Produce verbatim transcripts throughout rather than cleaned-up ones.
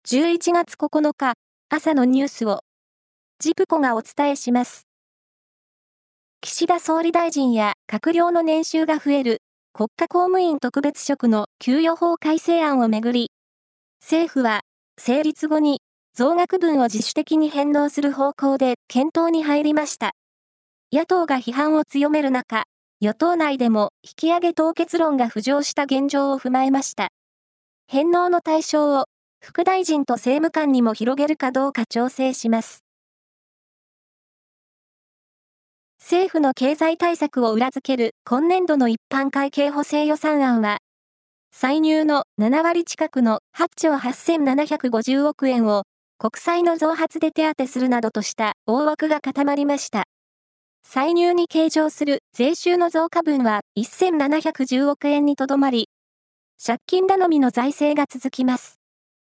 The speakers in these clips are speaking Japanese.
じゅういちがつここのか、朝のニュースを、ジプコがお伝えします。岸田総理大臣や閣僚の年収が増える国家公務員特別職の給与法改正案をめぐり、政府は成立後に増額分を自主的に返納する方向で検討に入りました。野党が批判を強める中、与党内でも引き上げ凍結論が浮上した現状を踏まえました。返納の対象を副大臣と政務官にも広げるかどうか調整します。政府の経済対策を裏付ける今年度の一般会計補正予算案は、歳入のななわり近くのはっちょうはっせんななひゃくごじゅうおくえんを国債の増発で手当するなどとした大枠が固まりました。歳入に計上する税収の増加分はせんななひゃくじゅうおくえんにとどまり、借金頼みの財政が続きます。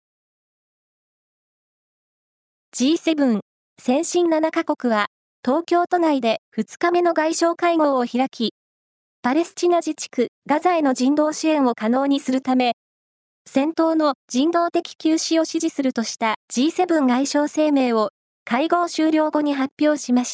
ジーセブン 先進ななかこくは、東京都内でふつかめの外相会合を開き、パレスチナ自治区ガザへの人道支援を可能にするため、戦闘の人道的休止を支持するとした ジーセブン 外相声明を会合終了後に発表しました。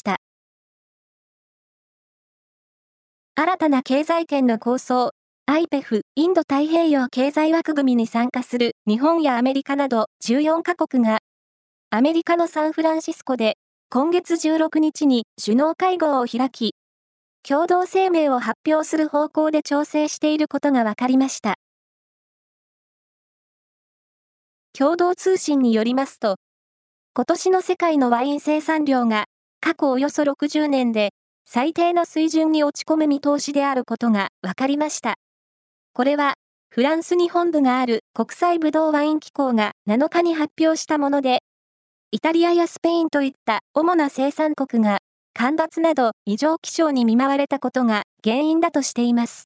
新たな経済圏の構想、アイペフ インド太平洋経済枠組みに参加する日本やアメリカなどじゅうよんかこくが、アメリカのサンフランシスコで今月じゅうろくにちに首脳会合を開き、共同声明を発表する方向で調整していることが分かりました。共同通信によりますと、今年の世界のワイン生産量が過去およそろくじゅうねんで最低の水準に落ち込む見通しであることが分かりました。これはフランスに本部がある国際ブドウワイン機構がなのかに発表したもので、イタリアやスペインといった主な生産国が干ばつなど異常気象に見舞われたことが原因だとしています。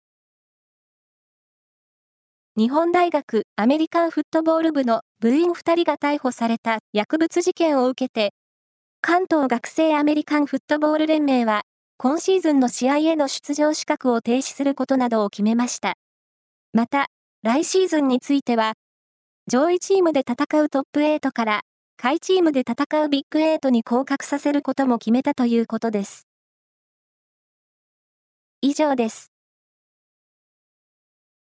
日本大学アメリカンフットボール部の部員ふたりが逮捕された薬物事件を受けて、関東学生アメリカンフットボール連盟は、今シーズンの試合への出場資格を停止することなどを決めました。また、来シーズンについては、上位チームで戦うトップはちから、下位チームで戦うビッグはちに降格させることも決めたということです。以上です。